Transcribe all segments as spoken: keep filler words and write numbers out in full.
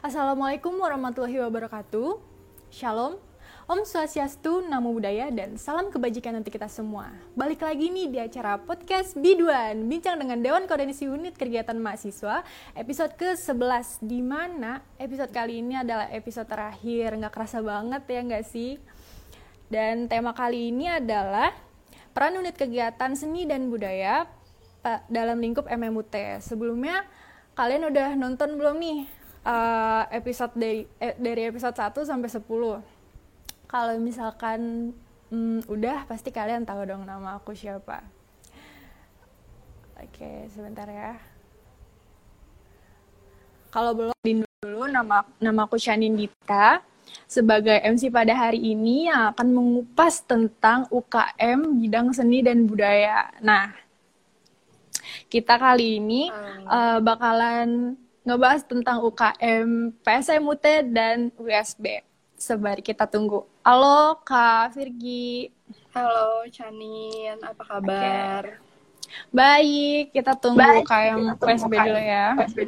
Assalamualaikum warahmatullahi wabarakatuh. Shalom, Om Swastiastu, Namo Buddhaya, dan salam kebajikan untuk kita semua. Balik lagi nih di acara podcast Biduan, bincang dengan Dewan Koordinasi Unit Kegiatan Mahasiswa, episode ke sebelas, di mana episode kali ini adalah episode terakhir. Nggak kerasa banget ya nggak sih? Dan tema kali ini adalah peran unit kegiatan seni dan budaya dalam lingkup M M U T. Sebelumnya, kalian udah nonton belum nih uh, episode dari, eh, dari episode satu sampai sepuluh? Kalau misalkan hmm, udah, pasti kalian tahu dong nama aku siapa. Oke, sebentar ya. Kalau belum, dulu nama nama aku Shanin Dita. Sebagai M C pada hari ini yang akan mengupas tentang U K M bidang seni dan budaya. Nah, kita kali ini uh, bakalan ngebahas tentang U K M P S M U T dan U S B. Sebari kita tunggu. Halo Kak Virgi. Halo Chanin, apa kabar? Okay. Baik, kita tunggu Baik, U K M P S B dulu ya.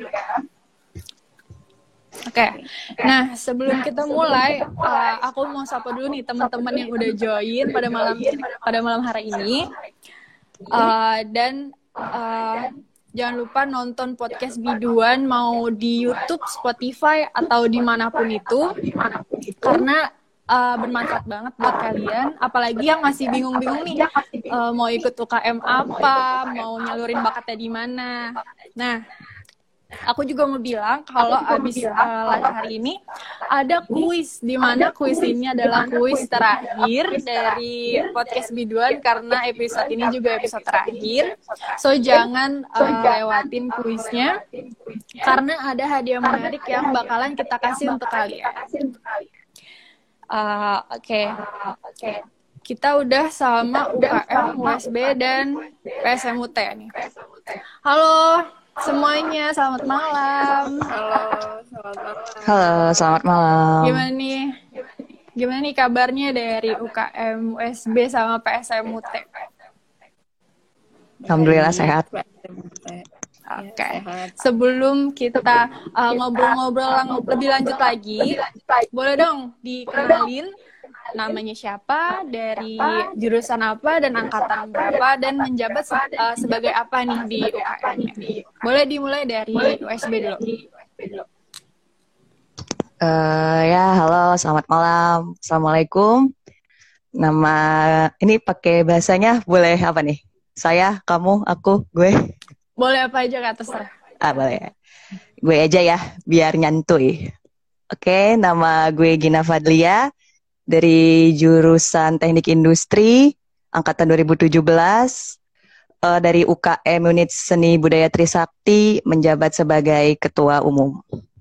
Oke, okay. Nah sebelum kita mulai, uh, aku mau sapa dulu nih teman-teman yang udah join pada malam pada malam hari ini. Uh, dan uh, jangan lupa nonton podcast Biduan mau di YouTube, Spotify, atau dimanapun itu, karena uh, bermanfaat banget buat kalian. Apalagi yang masih bingung-bingung nih, uh, mau ikut U K M apa, mau nyalurin bakatnya di mana. Nah, aku juga mau bilang kalau abis uh, hari ini ada kuis, di mana kuis ini adalah kuis terakhir dari podcast Biduan karena episode ini juga episode terakhir. So jangan uh, lewatin kuisnya karena ada hadiah menarik yang bakalan kita kasih untuk kalian. Uh, Oke, okay. okay. Kita udah sama U K M, U S B, dan P S M U T nih. Halo semuanya, selamat malam. Halo, selamat malam. Halo, selamat malam. Gimana nih? Gimana nih kabarnya dari U K M, U S B, sama P S M U T? Alhamdulillah sehat. Oke. Okay. Sebelum kita uh, ngobrol-ngobrol lebih lanjut lagi, boleh dong dikenalin namanya siapa, dari jurusan apa, dan angkatan berapa, dan menjabat se- uh, sebagai apa nih di U K M-nya. Boleh dimulai dari U S B dulu. Uh, ya, halo, selamat malam. Assalamualaikum. Nama ini pakai bahasanya boleh apa nih? Saya, kamu, aku, gue. Boleh apa aja Kak, terserah. Ah, boleh. Gue aja ya, biar nyantuy. Oke, nama gue Gina Fadlia. Dari jurusan Teknik Industri, angkatan dua ribu tujuh belas, uh, dari U K M Unit Seni Budaya Trisakti, menjabat sebagai Ketua Umum.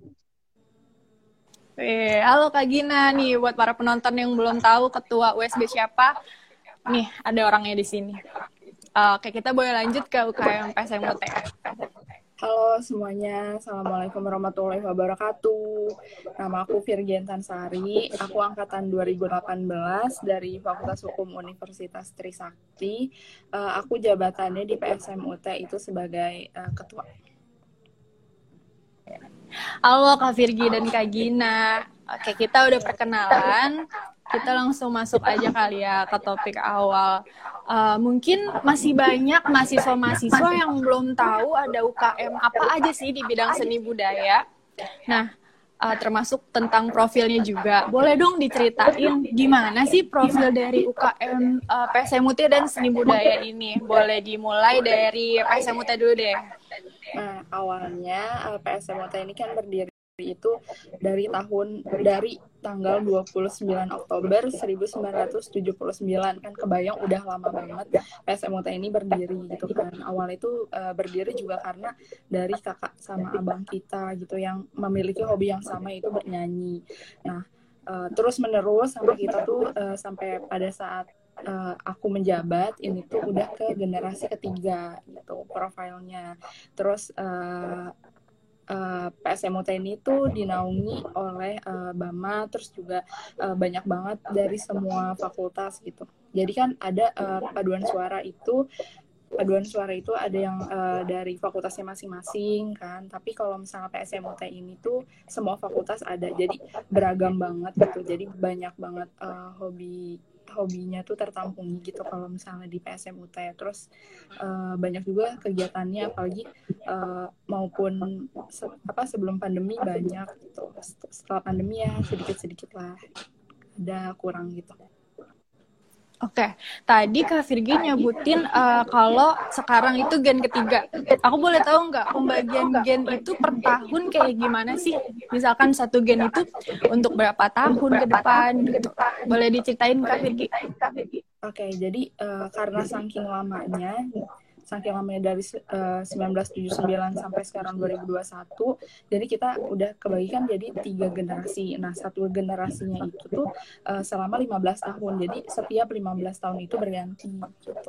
Eh, halo Kak Gina nih, buat para penonton yang belum tahu Ketua U S B siapa, nih ada orangnya di sini. Uh, oke, kita boleh lanjut ke U K M P S M U T. Halo semuanya, Assalamualaikum warahmatullahi wabarakatuh. Nama aku Virgi Tansari, aku angkatan dua ribu delapan belas dari Fakultas Hukum Universitas Trisakti. Uh, aku jabatannya di P S M U T itu sebagai uh, ketua. Halo Kak Virgi dan Kak Gina. Oke, kita udah perkenalan. Kita langsung masuk aja kali ya ke topik awal. Uh, mungkin masih banyak mahasiswa-mahasiswa yang belum tahu ada U K M apa aja sih di bidang seni budaya. Nah, uh, termasuk tentang profilnya juga. Boleh dong diceritain gimana sih profil dari U K M uh, P S M U T dan seni budaya ini? Boleh dimulai dari P S M U T dulu deh. Nah, awalnya uh, P S M U T ini kan berdiri itu dari tahun dari tanggal dua puluh sembilan Oktober seribu sembilan ratus tujuh puluh sembilan. Kan kebayang udah lama banget P S M U T ini berdiri gitu kan. Awal itu uh, berdiri juga karena dari kakak sama abang kita gitu yang memiliki hobi yang sama, itu bernyanyi. Nah, uh, terus menerus sampai kita tuh uh, sampai pada saat uh, aku menjabat ini tuh udah ke generasi ketiga gitu profilnya. Terus uh, Uh, P S M U T ini tuh dinaungi oleh uh, Bama, terus juga uh, banyak banget dari semua fakultas gitu. Jadi kan ada uh, paduan suara itu paduan suara itu ada yang uh, dari fakultasnya masing-masing kan, tapi kalau misalnya P S M U T ini tuh semua fakultas ada, jadi beragam banget gitu, jadi banyak banget uh, hobi hobinya tuh tertampungi gitu kalau misalnya di P S M U T. Terus uh, banyak juga kegiatannya, apalagi uh, maupun se apa sebelum pandemi banyak gitu, setelah pandemi ya sedikit-sedikit lah ada kurang gitu. Oke, tadi Kak Virgi nyebutin uh, kalau sekarang itu gen ketiga. Aku boleh tahu nggak pembagian gen itu per tahun kayak gimana sih? Misalkan satu gen itu untuk berapa tahun ke depan gitu. Boleh diceritain Kak Virgi? Oke, jadi uh, karena saking lamanya, saking lamanya dari uh, seribu sembilan ratus tujuh puluh sembilan sampai sekarang dua ribu dua puluh satu, jadi kita udah kebagikan jadi tiga generasi. Nah, satu generasinya itu tuh uh, selama lima belas tahun, jadi setiap lima belas tahun itu berganti gitu.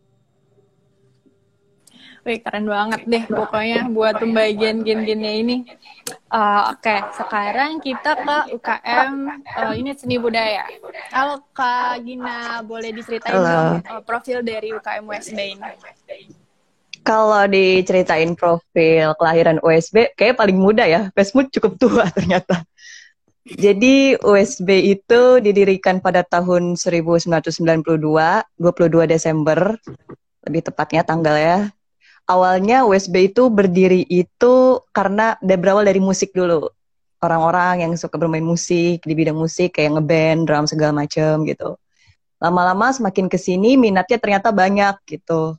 Wih, keren banget deh pokoknya buat pembagian gen-gennya ini. Uh, Oke, okay. Sekarang kita ke U K M uh, unit seni budaya. Halo Kak Gina, boleh diceritain dong uh, profil dari U K M U S B ini? Kalau diceritain profil kelahiran U S B, kayak paling muda ya. Pesmut cukup tua ternyata. Jadi U S B itu didirikan pada tahun seribu sembilan ratus sembilan puluh dua, dua puluh dua Desember, lebih tepatnya tanggal ya. Awalnya U S B itu berdiri itu karena berawal dari musik dulu. Orang-orang yang suka bermain musik, di bidang musik, kayak ngeband, drum, segala macem gitu. Lama-lama semakin kesini minatnya ternyata banyak gitu.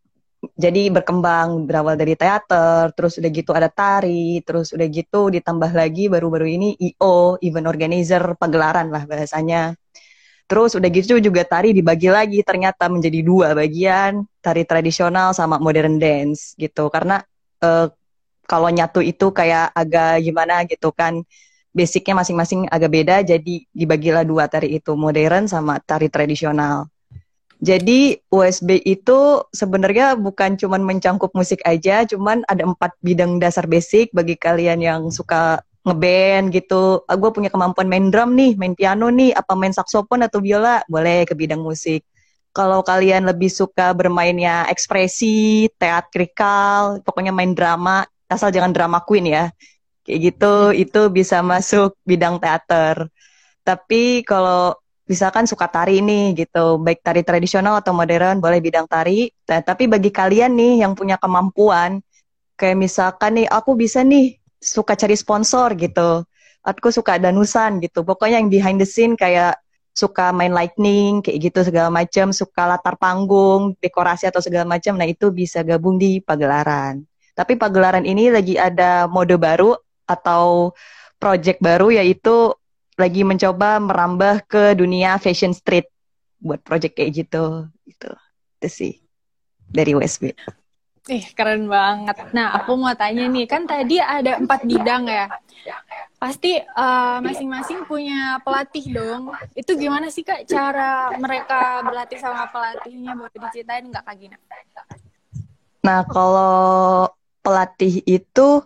Jadi berkembang, berawal dari teater, terus udah gitu ada tari, terus udah gitu ditambah lagi baru-baru ini I O, event organizer, pagelaran lah bahasanya. Terus udah gitu juga tari dibagi lagi ternyata menjadi dua bagian, tari tradisional sama modern dance gitu. Karena uh, kalau nyatu itu kayak agak gimana gitu kan, basicnya masing-masing agak beda, jadi dibagilah dua tari itu, modern sama tari tradisional. Jadi U S B itu sebenarnya bukan cuman mencangkup musik aja, cuman ada empat bidang dasar basic bagi kalian yang suka ngeband gitu. Ah, gue punya kemampuan main drum nih, main piano nih, apa main saksofon atau biola, boleh ke bidang musik. Kalau kalian lebih suka bermainnya ekspresi, teatrikal, pokoknya main drama, asal jangan drama queen ya, kayak gitu, itu bisa masuk bidang teater. Tapi kalau misalkan suka tari nih gitu, baik tari tradisional atau modern, boleh bidang tari. Nah, tapi bagi kalian nih yang punya kemampuan, kayak misalkan nih, aku bisa nih suka cari sponsor gitu, aku suka danusan gitu, pokoknya yang behind the scene kayak suka main lightning kayak gitu segala macam, suka latar panggung, dekorasi atau segala macam, nah itu bisa gabung di pagelaran. Tapi pagelaran ini lagi ada mode baru atau project baru, yaitu lagi mencoba merambah ke dunia fashion street buat project kayak gitu, gitu. Itu sih dari U S B. Ih, keren banget. Nah, aku mau tanya nih, kan tadi ada empat bidang ya. Pasti uh, masing-masing punya pelatih dong. Itu gimana sih Kak cara mereka berlatih sama pelatihnya? Boleh diceritain nggak Kak Gina? Nah, kalau pelatih itu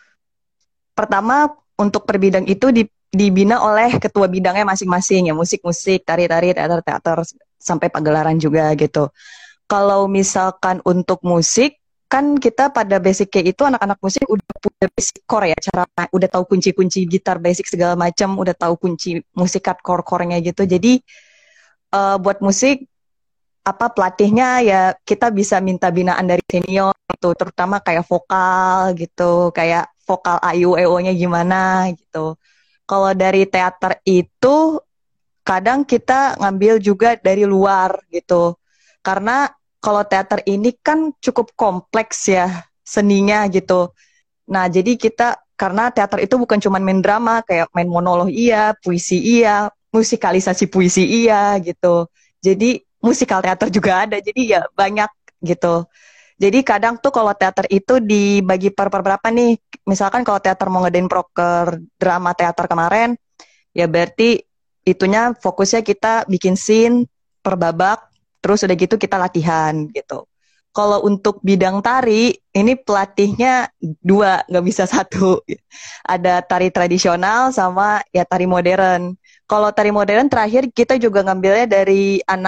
pertama untuk per bidang itu di, dibina oleh ketua bidangnya masing-masing ya, musik-musik, tari-tari, teater-teater, sampai pagelaran juga gitu. Kalau misalkan untuk musik, kan kita pada basicnya itu anak-anak musik udah punya basic core ya, cara udah tahu kunci-kunci gitar basic segala macam, udah tahu kunci musikat core-core-nya gitu. Jadi uh, buat musik apa pelatihnya ya kita bisa minta binaan dari senior gitu, terutama kayak vokal gitu, kayak vokal A I U E O-nya gimana gitu. Kalau dari teater itu kadang kita ngambil juga dari luar gitu. Karena kalau teater ini kan cukup kompleks ya seninya gitu. Nah, jadi kita, karena teater itu bukan cuma main drama, kayak main monolog iya, puisi iya, musikalisasi puisi iya gitu. Jadi musikal teater juga ada, jadi ya banyak gitu. Jadi kadang tuh kalau teater itu dibagi per per berapa nih, misalkan kalau teater mau ngadain proker drama teater kemarin, ya berarti itunya fokusnya kita bikin scene per babak, terus udah gitu kita latihan gitu. Kalau untuk bidang tari, ini pelatihnya dua, nggak bisa satu. Ada tari tradisional sama ya tari modern. Kalau tari modern terakhir kita juga ngambilnya dari anak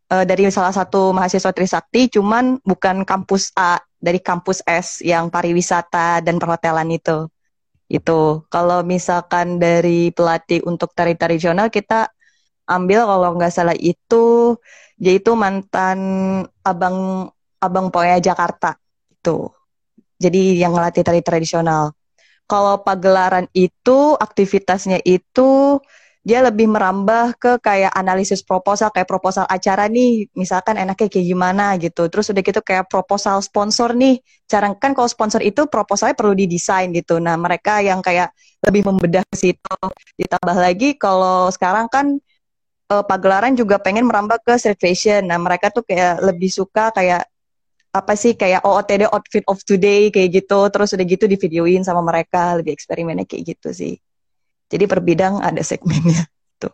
uh, dari salah satu mahasiswa Trisakti, cuman bukan kampus A, dari kampus S yang pariwisata dan perhotelan itu. Itu kalau misalkan dari pelatih untuk tari tradisional kita ambil kalau nggak salah itu dia itu mantan abang abang Poya Jakarta itu. Jadi yang ngelatih tari tradisional. Kalau pagelaran itu aktivitasnya itu dia lebih merambah ke kayak analisis proposal, kayak proposal acara nih, misalkan enaknya kayak gimana gitu. Terus udah gitu kayak proposal sponsor nih. Cara kan kalau sponsor itu proposalnya perlu didesain gitu. Nah mereka yang kayak lebih membedah ke situ. Ditambah lagi kalau sekarang kan uh, pagelaran juga pengen merambah ke street fashion. Nah mereka tuh kayak lebih suka kayak apa sih kayak O O T D outfit of today kayak gitu. Terus udah gitu di videoin sama mereka, lebih eksperimennya kayak gitu sih. Jadi per bidang ada segmennya tuh.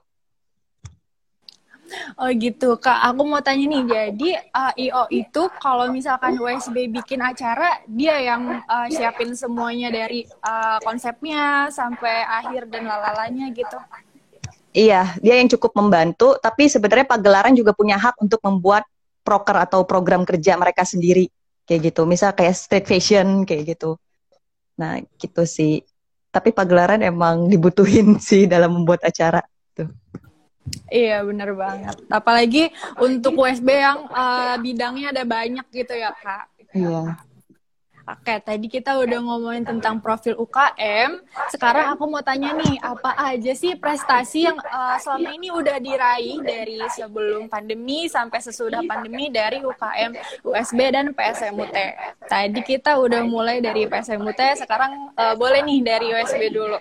Oh gitu, Kak. Aku mau tanya nih, jadi uh, I O itu kalau misalkan U S B bikin acara, dia yang uh, siapin semuanya dari uh, konsepnya sampai akhir dan lalalanya gitu. Iya, dia yang cukup membantu, tapi sebenarnya pagelaran juga punya hak untuk membuat proker atau program kerja mereka sendiri, kayak gitu. Misal kayak street fashion, kayak gitu. Nah, gitu sih. Tapi pagelaran emang dibutuhin sih dalam membuat acara. Tuh. Iya, bener banget. Apalagi untuk U S B yang uh, bidangnya ada banyak gitu ya, Kak. Iya. Oke, tadi kita udah ngomongin tentang profil U K M. Sekarang aku mau tanya nih, apa aja sih prestasi yang uh, selama ini udah diraih dari sebelum pandemi sampai sesudah pandemi dari U K M, U S B, dan P S M U T. Tadi kita udah mulai dari P S M U T, sekarang uh, boleh nih dari U S B dulu.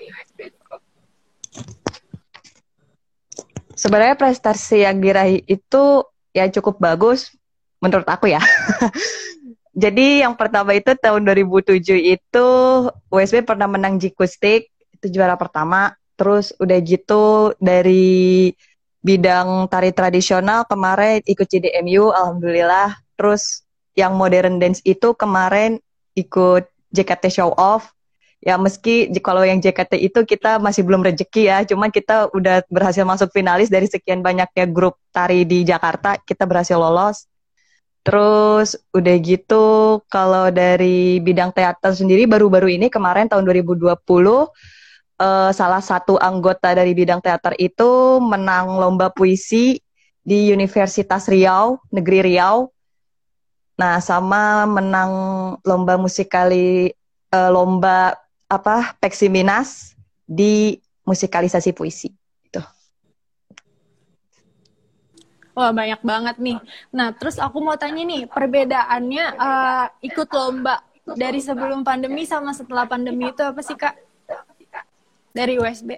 Sebenarnya prestasi yang diraih itu ya cukup bagus menurut aku ya. Jadi yang pertama itu tahun dua ribu tujuh itu U S B pernah menang Jikustik, itu juara pertama. Terus udah gitu dari bidang tari tradisional kemarin ikut C D M U, alhamdulillah. Terus yang modern dance itu kemarin ikut J K T Show Off. Ya meski kalau yang J K T itu kita masih belum rezeki ya, cuman kita udah berhasil masuk finalis dari sekian banyaknya grup tari di Jakarta, kita berhasil lolos. Terus udah gitu kalau dari bidang teater sendiri baru-baru ini kemarin tahun dua ribu dua puluh uh, salah satu anggota dari bidang teater itu menang lomba puisi di Universitas Riau, Negeri Riau. Nah, sama menang lomba musikali uh, lomba apa Peksiminas di musikalisasi puisi. Wah, banyak banget nih. Nah, terus aku mau tanya nih, perbedaannya uh, ikut lomba dari sebelum pandemi sama setelah pandemi itu apa sih, Kak? Dari U S B.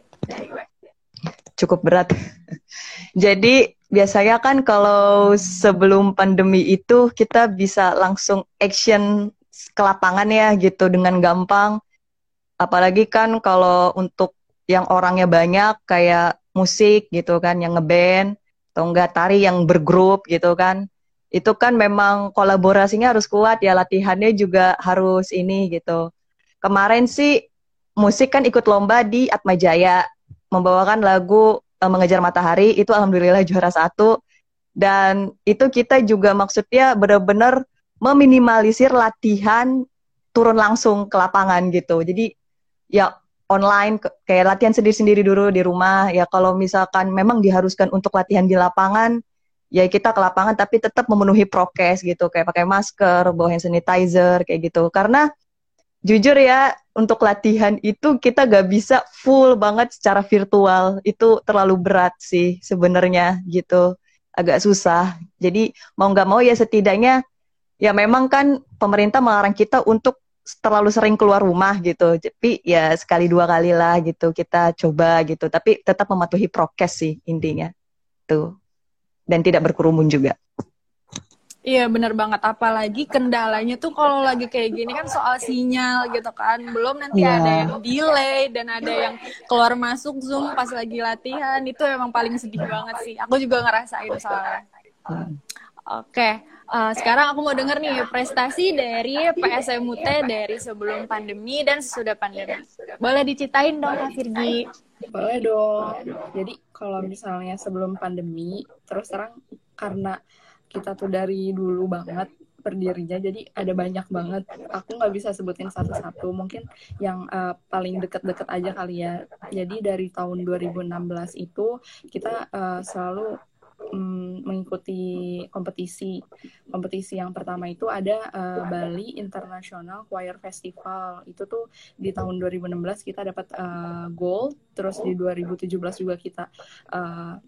Cukup berat. Jadi, biasanya kan kalau sebelum pandemi itu kita bisa langsung action ke lapangan ya gitu dengan gampang. Apalagi kan kalau untuk yang orangnya banyak kayak musik gitu kan, yang ngeband atau enggak tari yang bergrup gitu kan, itu kan memang kolaborasinya harus kuat ya, latihannya juga harus ini gitu. Kemarin sih musik kan ikut lomba di Atmajaya, membawakan lagu e, Mengejar Matahari, itu alhamdulillah juara satu, dan itu kita juga maksudnya benar-benar meminimalisir latihan turun langsung ke lapangan gitu, jadi ya online, kayak latihan sendiri-sendiri dulu di rumah. Ya kalau misalkan memang diharuskan untuk latihan di lapangan, ya kita ke lapangan tapi tetap memenuhi prokes gitu, kayak pakai masker, bawa hand sanitizer, kayak gitu. Karena jujur ya, untuk latihan itu kita gak bisa full banget secara virtual. Itu terlalu berat sih sebenarnya gitu, agak susah. Jadi mau gak mau ya setidaknya, ya memang kan pemerintah melarang kita untuk terlalu sering keluar rumah gitu, tapi ya sekali dua kali lah gitu kita coba gitu, tapi tetap mematuhi prokes sih intinya tuh, dan tidak berkerumun juga. Iya benar banget, apalagi kendalanya tuh kalau lagi kayak gini kan soal sinyal gitu kan, belum nanti yeah. ada yang delay dan ada yang keluar masuk Zoom pas lagi latihan, itu emang paling sedih banget sih, aku juga ngerasain soalnya. Hmm. Oke, okay. uh, sekarang aku mau denger nih prestasi dari P S M U T dari sebelum pandemi dan sesudah pandemi. Boleh diceritain dong Kak Virgi? Boleh dong. Jadi kalau misalnya sebelum pandemi, terus terang karena kita tuh dari dulu banget berdirinya, jadi ada banyak banget. Aku nggak bisa sebutin satu-satu, mungkin yang uh, paling deket-deket aja kali ya. Jadi dari tahun dua ribu enam belas itu kita uh, selalu um, mengikuti kompetisi. Kompetisi yang pertama itu ada uh, Bali International Choir Festival. Itu tuh di tahun dua ribu enam belas kita dapat uh, gold, terus di dua ribu tujuh belas juga kita uh,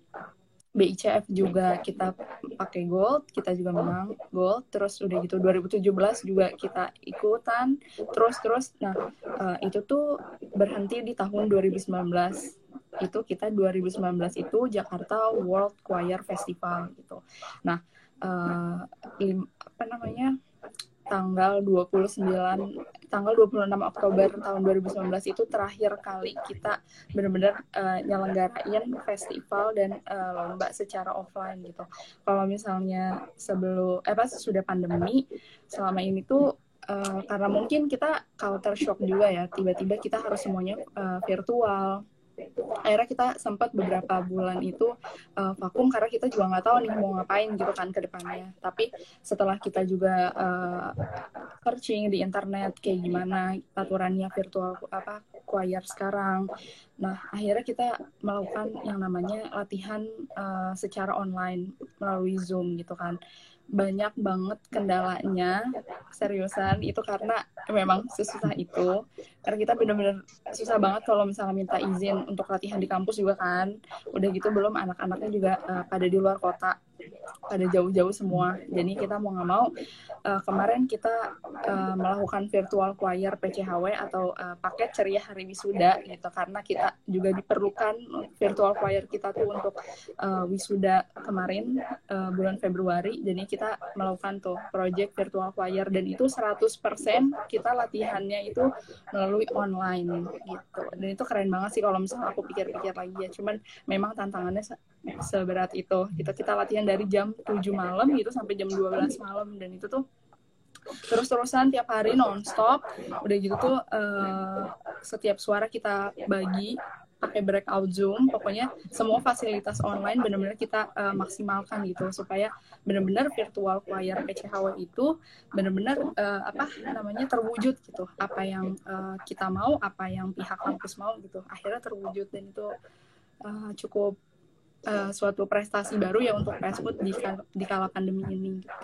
B I C F juga kita pakai gold, kita juga menang gold, terus udah gitu dua ribu tujuh belas juga kita ikutan, terus-terus, nah uh, itu tuh berhenti di tahun dua ribu sembilan belas, itu kita dua ribu sembilan belas itu Jakarta World Choir Festival gitu. Nah, uh, lim, apa namanya, tanggal dua puluh sembilan tanggal dua puluh enam Oktober tahun dua ribu sembilan belas itu terakhir kali kita benar-benar uh, nyelenggarain festival dan uh, lomba secara offline gitu. Kalau misalnya sebelum eh pas sudah pandemi, selama ini tuh uh, karena mungkin kita culture shock juga ya, tiba-tiba kita harus semuanya uh, virtual. Akhirnya kita sempat beberapa bulan itu uh, vakum karena kita juga nggak tahu nih mau ngapain gitu kan ke depannya. Tapi setelah kita juga uh, searching di internet kayak gimana aturannya virtual apa choir sekarang, nah akhirnya kita melakukan yang namanya latihan uh, secara online melalui Zoom gitu kan. Banyak banget kendalanya, seriusan itu karena memang sesusah itu, karena kita benar-benar susah banget kalau misalnya minta izin untuk latihan di kampus juga kan, udah gitu belum anak-anaknya juga uh, pada di luar kota, pada jauh-jauh semua, jadi kita mau nggak mau uh, kemarin kita uh, melakukan virtual choir P C H W atau uh, paket ceria hari wisuda gitu, karena kita juga diperlukan virtual choir kita tuh untuk uh, wisuda kemarin uh, bulan Februari, jadi kita melakukan tuh project virtual choir dan itu seratus persen kita latihannya itu melalui online gitu. Dan itu keren banget sih kalau misalnya aku pikir-pikir lagi ya. Cuman memang tantangannya se- seberat itu. Kita kita latihan dari jam tujuh malam gitu sampai jam dua belas malam, dan itu tuh terus-terusan tiap hari non-stop. Udah gitu tuh uh, setiap suara kita bagi pakai breakout Zoom, pokoknya semua fasilitas online benar-benar kita uh, maksimalkan gitu supaya benar-benar virtual choir P C H W itu benar-benar uh, apa namanya terwujud gitu, apa yang uh, kita mau, apa yang pihak kampus mau gitu, akhirnya terwujud, dan itu uh, cukup uh, suatu prestasi baru ya untuk Pesmut di, di kala pandemi ini gitu.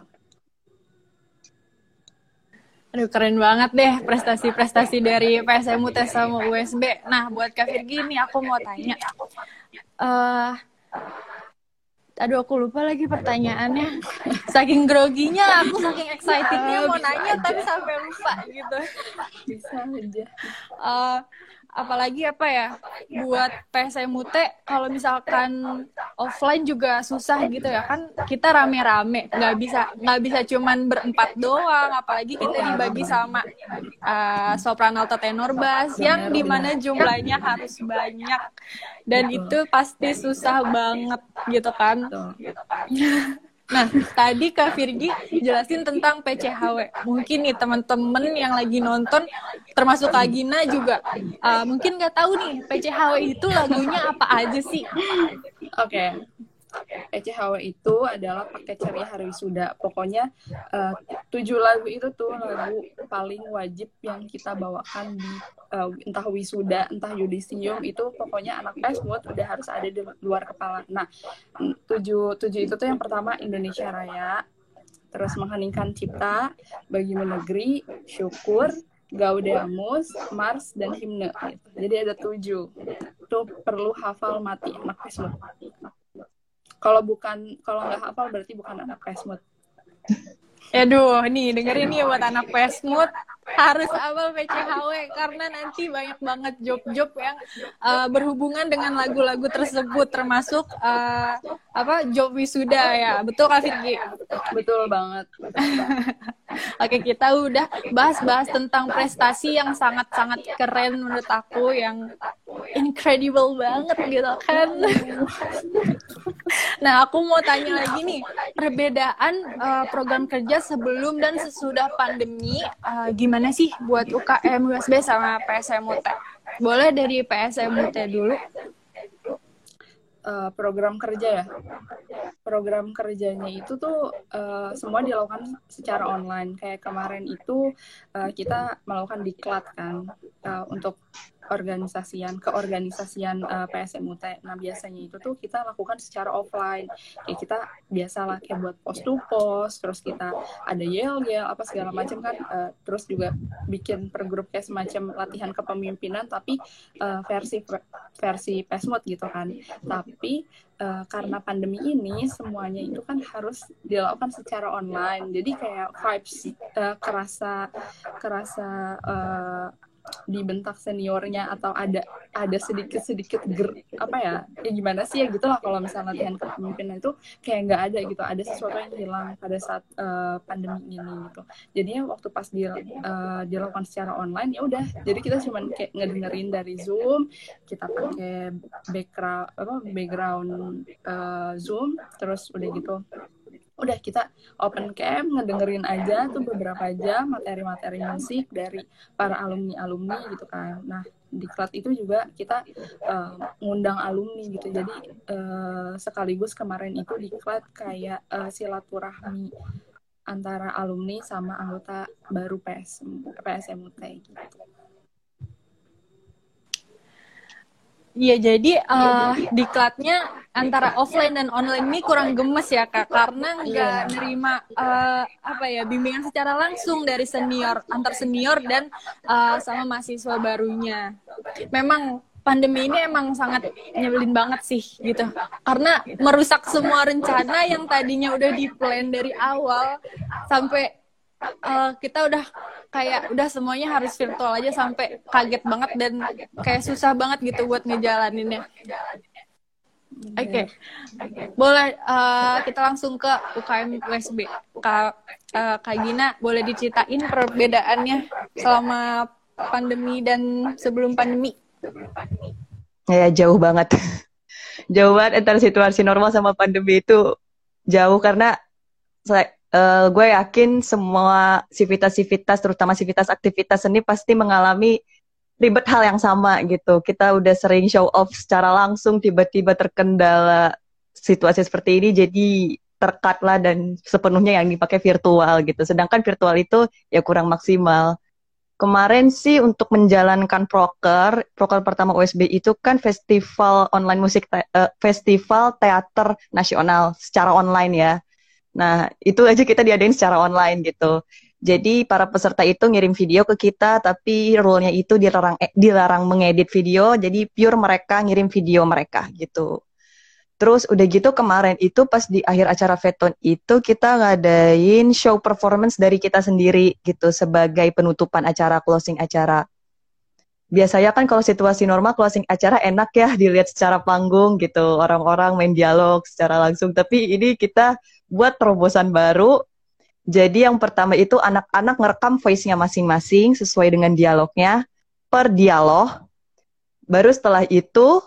Aduh, keren banget deh prestasi-prestasi dari P S M U T sama U S B. Nah, buat Kak Virgi nih aku mau tanya. Uh, aduh, aku lupa lagi pertanyaannya. Saking groginya, aku saking excitednya mau nanya, aja. Tapi sampai lupa gitu. Bisa aja. Uh, apalagi apa ya, buat P S M U T kalau misalkan offline juga susah gitu ya kan, kita rame-rame, nggak bisa nggak bisa cuman berempat doang, apalagi kita dibagi sama uh, sopran alto tenor bass yang dimana jumlahnya harus banyak, dan itu pasti susah banget gitu kan. Nah, tadi Kak Virgi jelasin tentang P C H W. Mungkin nih teman-teman yang lagi nonton, termasuk Kak Gina juga, uh, mungkin nggak tahu nih P C H W itu lagunya apa aja sih? Oke. Okay. P C H W itu adalah paket ceria hari wisuda. Pokoknya uh, tujuh lagu itu tuh lagu paling wajib yang kita bawakan di uh, entah wisuda, entah yudisium, itu pokoknya anak Pesmut udah harus ada di luar kepala. Nah, tujuh, tujuh itu tuh yang pertama Indonesia Raya, terus Mengheningkan Cipta, Bagimu Negeri, Syukur, Gaudeamus, Mars, dan Himne. Gitu. Jadi ada tujuh. Itu perlu hafal mati anak Pesmut. Kalau bukan, kalau nggak hafal berarti bukan anak Pesmut. Aduh, nih dengerin nih buat anak Pesmut, harus hafal P C H W karena nanti banyak banget job-job yang uh, berhubungan dengan lagu-lagu tersebut, termasuk uh, apa job wisuda ya. Betul Kak Virgi? Betul banget. Oke, kita udah bahas-bahas tentang prestasi yang sangat-sangat keren menurut aku, yang incredible banget gitu kan. Nah, aku mau tanya lagi nih, perbedaan uh, program kerja sebelum dan sesudah pandemi uh, gimana sih buat U K M U S B sama P S M U T? Boleh dari P S M U T dulu. Uh, program kerja ya. program kerjanya itu tuh uh, semua dilakukan secara online. Kayak kemarin itu uh, kita melakukan diklat kan uh, untuk organisasian keorganisasian uh, P S M U T. Nah biasanya itu tuh kita lakukan secara offline. Kayak kita biasalah kayak buat post to post, terus kita ada yel yel apa segala macam kan. Uh, terus juga bikin per grup kayak semacam latihan kepemimpinan, tapi uh, versi versi Pesmod gitu kan. Tapi uh, karena pandemi ini semuanya itu kan harus dilakukan secara online. Jadi kayak vibes uh, kerasa kerasa uh, dibentak seniornya atau ada ada sedikit sedikit ger apa ya ya gimana sih ya gitulah kalau misalnya latihan kepemimpinan itu kayak nggak ada gitu, ada sesuatu yang hilang pada saat uh, pandemi ini gitu. Jadinya waktu pas di, uh, dilakukan secara online ya udah, jadi kita cuma kayak ngedengerin dari Zoom, kita pakai background apa background uh, Zoom, terus udah gitu udah kita open cam ngedengerin aja tuh beberapa jam materi-materi musik dari para alumni-alumni gitu kan. Nah diklat itu juga kita uh, ngundang alumni gitu, jadi uh, sekaligus kemarin itu diklat kayak uh, silaturahmi antara alumni sama anggota baru P S M U T gitu. Iya, jadi uh, diklatnya antara offline dan online ini kurang gemes ya Kak, karena nggak nerima uh, apa ya bimbingan secara langsung dari senior, antar senior dan uh, sama mahasiswa barunya. Memang pandemi ini emang sangat nyebelin banget sih gitu, karena merusak semua rencana yang tadinya udah di-plan dari awal sampai uh, kita udah kayak udah semuanya harus virtual aja sampai kaget banget dan kayak susah banget gitu buat ngejalaninnya. Oke, okay. Boleh uh, kita langsung ke U K M U S B. Kak, uh, Kak Gina, boleh diceritain perbedaannya selama pandemi dan sebelum pandemi? Ya jauh banget, jauh banget antara situasi normal sama pandemi itu jauh karena saya Uh, gue yakin semua sivitas-sivitas, terutama sivitas aktivitas seni pasti mengalami ribet hal yang sama gitu. Kita udah sering show off secara langsung, tiba-tiba terkendala situasi seperti ini, jadi terkat lah dan sepenuhnya yang dipakai virtual gitu. Sedangkan virtual itu ya kurang maksimal. Kemarin sih untuk menjalankan proker, proker pertama U S B itu kan festival online musik, te- uh, festival teater nasional secara online ya. Nah, itu aja kita diadain secara online gitu. Jadi para peserta itu ngirim video ke kita, tapi rule-nya itu dilarang eh, dilarang mengedit video, jadi pure mereka ngirim video mereka gitu. Terus udah gitu kemarin itu pas di akhir acara Veton itu kita ngadain show performance dari kita sendiri gitu sebagai penutupan acara, closing acara. Biasanya kan kalau situasi normal closing acara enak ya dilihat secara panggung gitu, orang-orang main dialog secara langsung, tapi ini kita buat terobosan baru. Jadi yang pertama itu anak-anak ngerekam voice-nya masing-masing sesuai dengan dialognya per dialog. Baru setelah itu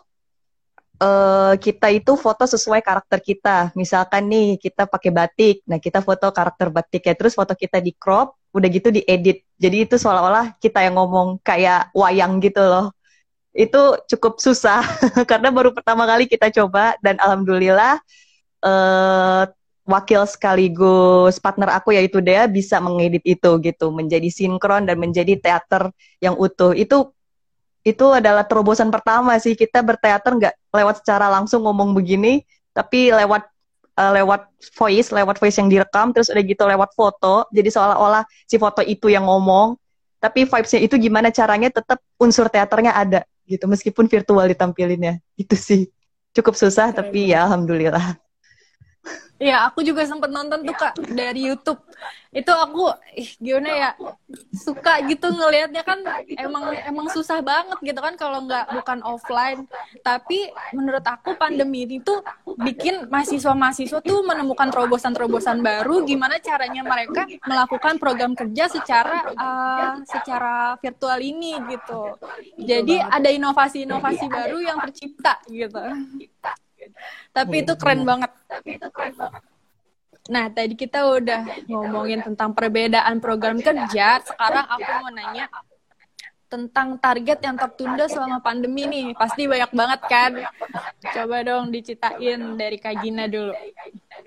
uh, kita itu foto sesuai karakter kita. Misalkan nih kita pakai batik, nah kita foto karakter batiknya, terus foto kita di crop, udah gitu diedit. Jadi itu seolah-olah kita yang ngomong kayak wayang gitu loh. Itu cukup susah karena baru pertama kali kita coba dan alhamdulillah uh, wakil sekaligus partner aku yaitu Dea bisa mengedit itu gitu menjadi sinkron dan menjadi teater yang utuh. Itu itu adalah terobosan pertama sih, kita berteater nggak lewat secara langsung ngomong begini, tapi lewat uh, lewat voice, lewat voice yang direkam, terus udah gitu lewat foto. Jadi seolah-olah si foto itu yang ngomong, tapi vibes-nya itu gimana caranya tetap unsur teaternya ada gitu meskipun virtual ditampilinnya. Itu sih cukup susah tapi ya alhamdulillah. Iya, aku juga sempat nonton tuh Kak dari YouTube. Itu aku ih, gimana ya, suka gitu ngelihatnya, kan emang emang susah banget gitu kan kalau nggak bukan offline. Tapi menurut aku pandemi ini tuh bikin mahasiswa-mahasiswa tuh menemukan terobosan-terobosan baru gimana caranya mereka melakukan program kerja secara uh, secara virtual ini gitu. Jadi ada inovasi-inovasi baru yang tercipta gitu. Tapi itu keren banget. Nah, tadi kita udah ngomongin tentang perbedaan program kerja. Sekarang aku mau nanya tentang target yang tertunda selama pandemi nih. Pasti banyak banget kan? Coba dong diceritain dari Kak Gina dulu.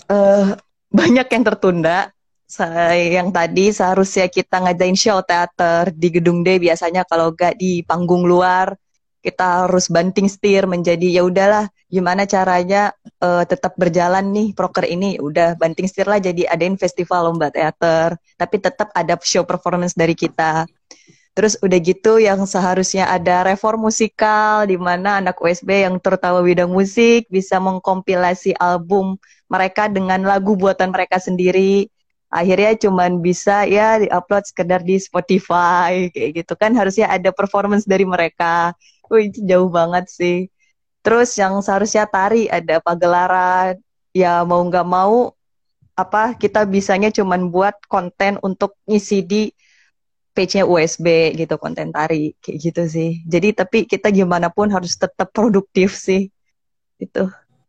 eh, banyak yang tertunda. Yang tadi seharusnya kita ngadain show teater di Gedung D, biasanya kalau nggak di panggung luar kita harus banting setir menjadi ya udahlah gimana caranya uh, tetap berjalan nih proker ini, udah banting setir lah jadi adain festival lomba teater tapi tetap ada show performance dari kita. Terus udah gitu yang seharusnya ada reform musikal di mana anak U S B yang terutama bidang musik bisa mengkompilasi album mereka dengan lagu buatan mereka sendiri. Akhirnya cuman bisa ya diupload sekedar di Spotify kayak gitu kan, harusnya ada performance dari mereka. Wih, itu jauh banget sih. Terus yang seharusnya tari ada pagelaran, ya mau nggak mau apa kita bisanya cuman buat konten untuk ngisi di page-nya U S B gitu, konten tari kayak gitu sih. Jadi tapi kita gimana pun harus tetap produktif sih. Itu.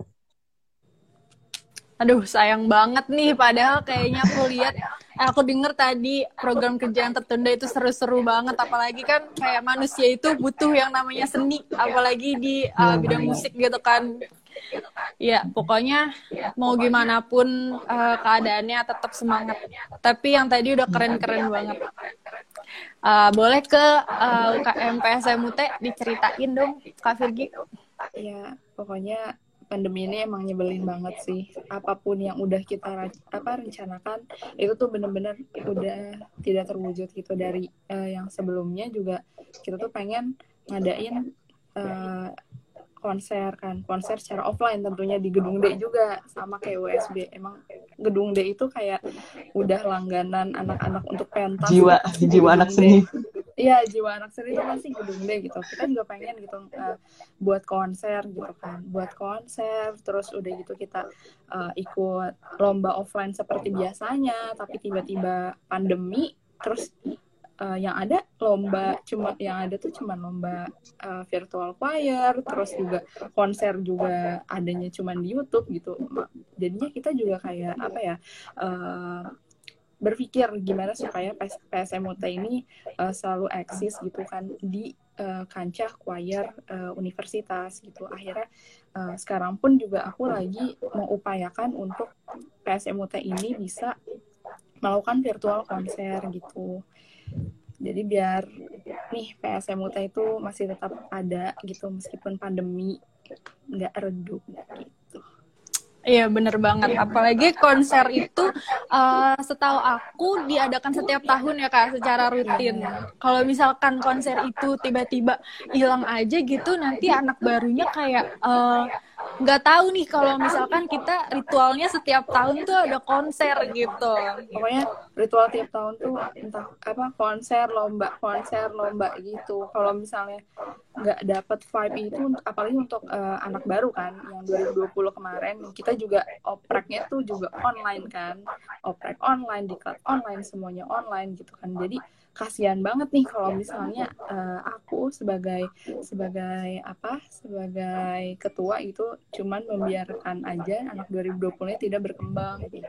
Aduh, sayang banget nih. Padahal kayaknya aku lihat, aku denger tadi program kerja yang tertunda itu seru-seru banget. Apalagi kan kayak manusia itu butuh yang namanya seni. Apalagi di uh, bidang musik gitu kan. Ya, pokoknya mau gimana pun uh, keadaannya tetap semangat. Tapi yang tadi udah keren-keren banget. Uh, boleh ke uh, U K M P S M U T diceritain dong, Kak Virgi? Ya, pokoknya pandemi ini emang nyebelin banget sih. Apapun yang udah kita apa rencanakan itu tuh bener-bener udah tidak terwujud gitu. Dari uh, yang sebelumnya juga kita tuh pengen ngadain uh, konser kan, konser secara offline tentunya di Gedung D juga sama kayak U S B. Emang Gedung D itu kayak udah langganan anak-anak untuk pentas. Jiwa, jiwa anak seni. Iya, jiwa anak seni itu pasti Gedung D gitu. Kita juga pengen gitu uh, buat konser gitu kan, buat konser. Terus udah gitu kita uh, ikut lomba offline seperti biasanya, tapi tiba-tiba pandemi. Terus uh, yang ada lomba cuma yang ada tuh cuma lomba uh, virtual choir, terus juga konser juga adanya cuma di YouTube gitu. Jadinya kita juga kayak apa ya? Uh, berpikir gimana supaya P S M U T ini uh, selalu eksis gitu kan di uh, kancah choir uh, universitas gitu. Akhirnya uh, sekarang pun juga aku lagi mengupayakan untuk P S M U T ini bisa melakukan virtual konser gitu. Jadi biar nih P S M U T itu masih tetap ada gitu meskipun pandemi nggak redup gitu. Iya bener banget, apalagi konser itu uh, setahu aku diadakan setiap tahun ya Kak, secara rutin. Kalau misalkan konser itu tiba-tiba hilang aja gitu, nanti anak barunya kayak nggak uh, tahu nih kalau misalkan kita ritualnya setiap tahun tuh ada konser gitu. Pokoknya ritual tiap tahun tuh entah apa konser, lomba, konser, lomba gitu. Kalau misalnya nggak dapet vibe itu, apalagi untuk uh, anak baru kan, yang dua ribu dua puluh kemarin, kita juga opreknya tuh juga online kan, oprek online, diklat online, semuanya online gitu kan. Jadi kasihan banget nih kalau misalnya uh, aku sebagai sebagai apa sebagai ketua itu cuman membiarkan aja anak dua ribu dua puluh-nya tidak berkembang gitu.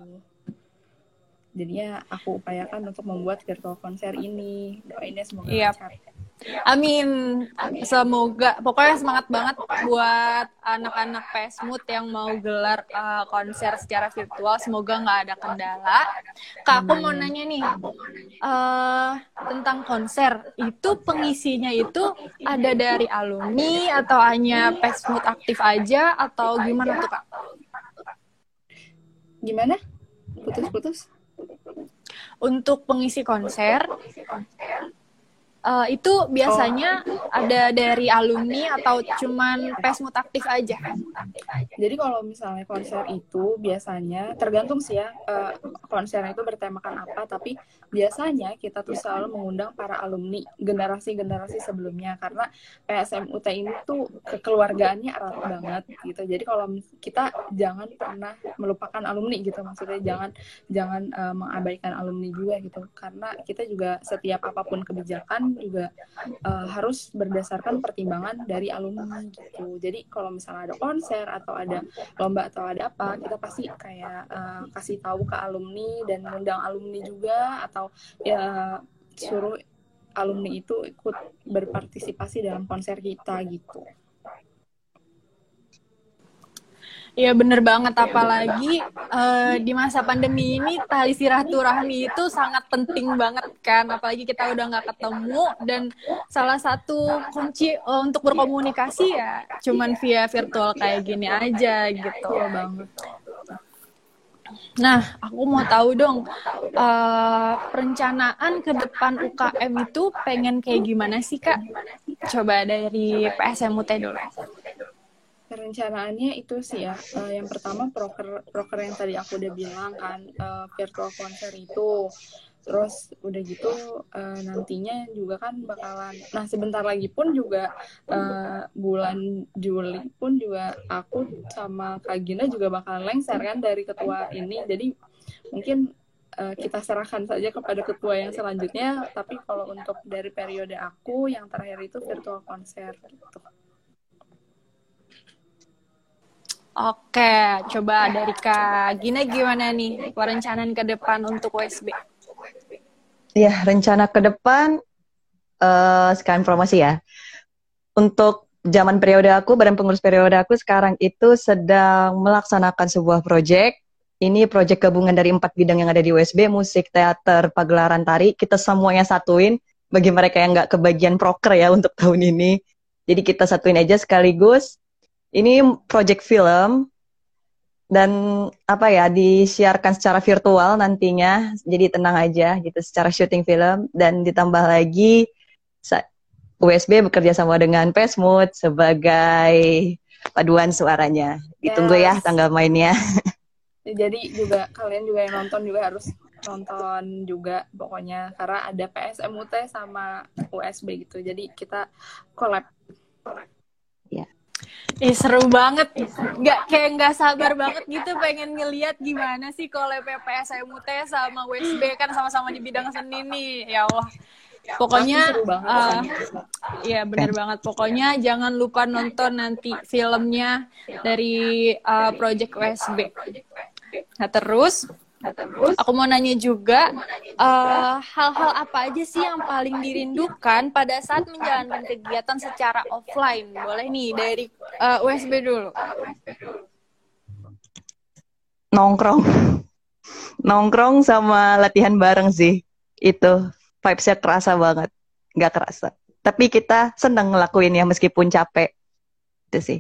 Jadinya aku upayakan untuk membuat virtual konser ini. Doainnya semoga yep. lancar. Amin. Semoga, pokoknya semangat banget buat anak-anak P S M U T yang mau gelar uh, konser secara virtual. Semoga nggak ada kendala. Kak, aku mau nanya nih uh, tentang konser. Itu pengisinya itu ada dari alumni atau hanya P S M U T aktif aja atau gimana tuh Kak? Gimana? Putus-putus? Untuk pengisi konser, uh, itu biasanya oh. ada dari alumni atau cuman P S M U T aktif aja? Jadi kalau misalnya konser itu biasanya tergantung sih ya, uh, konser itu bertemakan apa, tapi biasanya kita tuh selalu mengundang para alumni generasi-generasi sebelumnya, karena P S M U T ini tuh kekeluargaannya erat banget gitu. Jadi kalau kita jangan pernah melupakan alumni gitu, maksudnya jangan jangan uh, mengabaikan alumni juga gitu, karena kita juga setiap apapun kebijakan juga uh, harus berdasarkan pertimbangan dari alumni gitu. Jadi kalau misalnya ada konser atau ada lomba atau ada apa, kita pasti kayak uh, kasih tahu ke alumni dan mengundang alumni juga, atau ya suruh alumni itu ikut berpartisipasi dalam konser kita gitu. Iya bener banget, apalagi uh, di masa pandemi ini tali silaturahmi itu sangat penting banget kan, apalagi kita udah nggak ketemu dan salah satu kunci uh, untuk berkomunikasi ya cuman via virtual kayak gini aja gitu. Iya banget. Nah, aku mau tahu dong, uh, perencanaan ke depan U K M itu pengen kayak gimana sih Kak? Coba dari P S M U T dulu. Perencanaannya itu sih ya, uh, yang pertama proker proker yang tadi aku udah bilang kan, uh, virtual konser itu, terus udah gitu uh, nantinya juga kan bakalan, nah sebentar lagi pun juga uh, bulan Juli pun juga aku sama Kak Gina juga bakalan lengser kan dari ketua ini, jadi mungkin uh, kita serahkan saja kepada ketua yang selanjutnya, tapi kalau untuk dari periode aku yang terakhir itu virtual konser gitu. Oke, coba dari Kak Gina gimana nih perencanaan ke depan untuk U S B? Ya, rencana ke depan, uh, sekarang promosi ya. Untuk zaman periode aku, badan pengurus periode aku sekarang itu sedang melaksanakan sebuah proyek. Ini proyek gabungan dari empat bidang yang ada di U S B, musik, teater, pagelaran tari. Kita semuanya satuin, bagi mereka yang nggak kebagian proker ya untuk tahun ini. Jadi kita satuin aja sekaligus. Ini project film dan apa ya disiarkan secara virtual nantinya, jadi tenang aja gitu secara syuting film, dan ditambah lagi U S B bekerja sama dengan Pesmut sebagai paduan suaranya. Ditunggu yes. Ya tanggal mainnya. Jadi juga kalian juga yang nonton juga harus nonton juga pokoknya, karena ada P S M U T sama U S B gitu, jadi kita collab. Ya. Ih, seru banget, nggak kayak nggak sabar banget gitu pengen ngeliat gimana sih collab P S M U T sama U S B, kan sama-sama di bidang seni nih, ya Allah. Pokoknya, uh, ya benar banget. Pokoknya jangan lupa nonton nanti filmnya dari uh, Project U S B. Nah terus, aku mau nanya juga, uh, hal-hal apa aja sih yang paling dirindukan pada saat menjalankan kegiatan secara offline? Boleh nih dari uh, U S B dulu. Nongkrong, nongkrong sama latihan bareng sih. Itu vibes-nya kerasa banget, nggak kerasa. Tapi kita senang ngelakuinnya meskipun capek. Itu sih.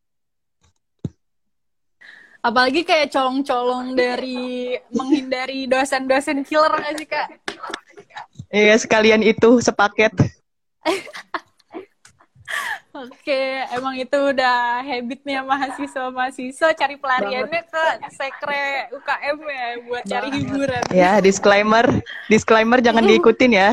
Apalagi kayak colong-colong dari menghindari dosen-dosen killer nggak sih, Kak? Iya, sekalian itu sepaket. Oke, emang itu udah habitnya mahasiswa-mahasiswa cari pelariannya ke sekre U K M ya buat cari hiburan. Ya, disclaimer, disclaimer jangan diikutin ya.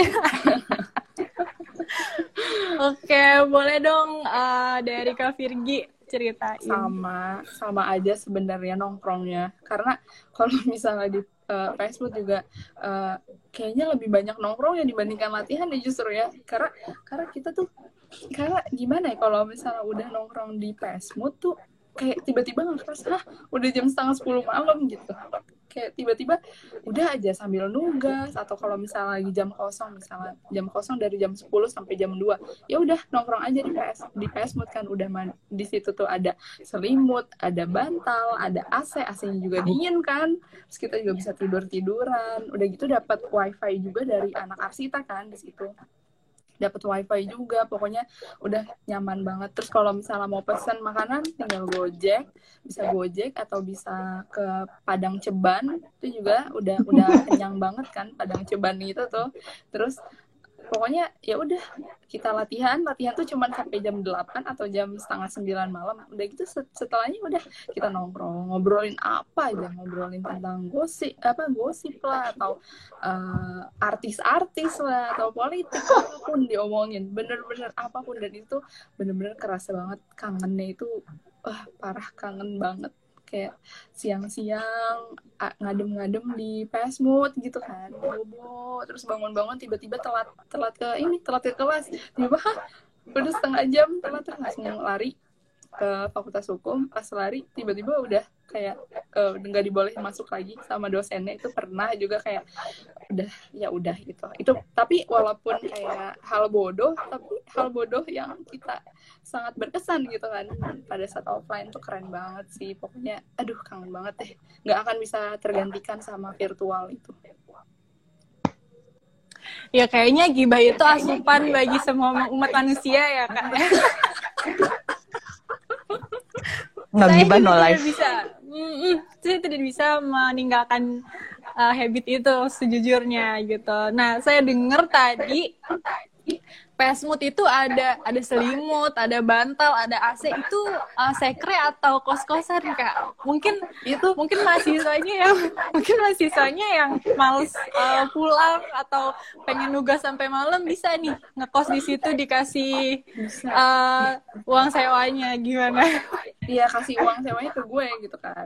Oke, boleh dong uh, dari Kak Virgi ceritain. Sama, sama aja sebenarnya nongkrongnya. Karena kalau misalnya di uh, Facebook juga uh, kayaknya lebih banyak nongkrong ya dibandingkan latihan ya justru ya. Karena karena kita tuh karena gimana ya kalau misalnya udah nongkrong di Facebook tuh kayak tiba-tiba nggak kerasa, hah udah jam setengah sepuluh malam gitu. Kayak tiba-tiba udah aja sambil nugas, atau kalau misalnya lagi jam kosong, misalnya jam kosong dari jam sepuluh sampai jam dua, ya udah nongkrong aja di P S di Pesmut kan, udah man, di situ tuh ada selimut, ada bantal, ada A C, A C-nya juga dingin kan, terus kita juga bisa tidur-tiduran, udah gitu dapat wifi juga dari anak Arsita kan di situ. Dapat wifi juga, pokoknya udah nyaman banget. Terus kalau misalnya mau pesan makanan tinggal Gojek, bisa Gojek atau bisa ke Padang Ceban, itu juga udah udah kenyang banget kan Padang Ceban itu tuh. Terus pokoknya ya udah kita latihan, latihan tuh cuman sampai jam delapan atau jam setengah sembilan malam. Udah gitu setelahnya udah kita nongkrong, ngobrolin apa aja, ngobrolin tentang gosip, apa gosip lah, atau uh, artis-artis lah, atau politik, apapun diomongin, bener-bener apapun. Dan itu bener-bener kerasa banget kangennya itu, wah parah kangen banget. Kayak siang-siang ngadem-ngadem di Pesmut gitu kan, bobo, terus bangun-bangun tiba-tiba telat telat ke ini telat ke kelas, tiba-tiba hah udah setengah jam telat, terus langsung lari ke Fakultas Hukum, pas lari tiba-tiba udah kayak uh, nggak dibolehin masuk lagi sama dosennya. Itu pernah juga kayak udah ya udah gitu. Itu tapi walaupun kayak hal bodoh, tapi hal bodoh yang kita sangat berkesan gitu kan pada saat offline tuh keren banget sih. Pokoknya aduh kangen banget deh. Nggak akan bisa tergantikan sama virtual itu. Ya kayaknya gibah itu asupan bagi semua umat manusia ya Kak. Nggak Saya gibah no tidak life. bisa, mm-mm, saya tidak bisa meninggalkan uh, habit itu sejujurnya gitu. Nah saya dengar tadi Pesmut itu ada ada selimut, ada bantal, ada A C itu uh, sekre atau kos-kosan Kak? Mungkin itu mungkin mahasiswanya yang mungkin mahasiswanya yang males uh, pulang atau pengen nugas sampai malam bisa nih ngekos di situ dikasih uh, uang sewanya gimana? Iya kasih uang sewanya ke gue gitu kan.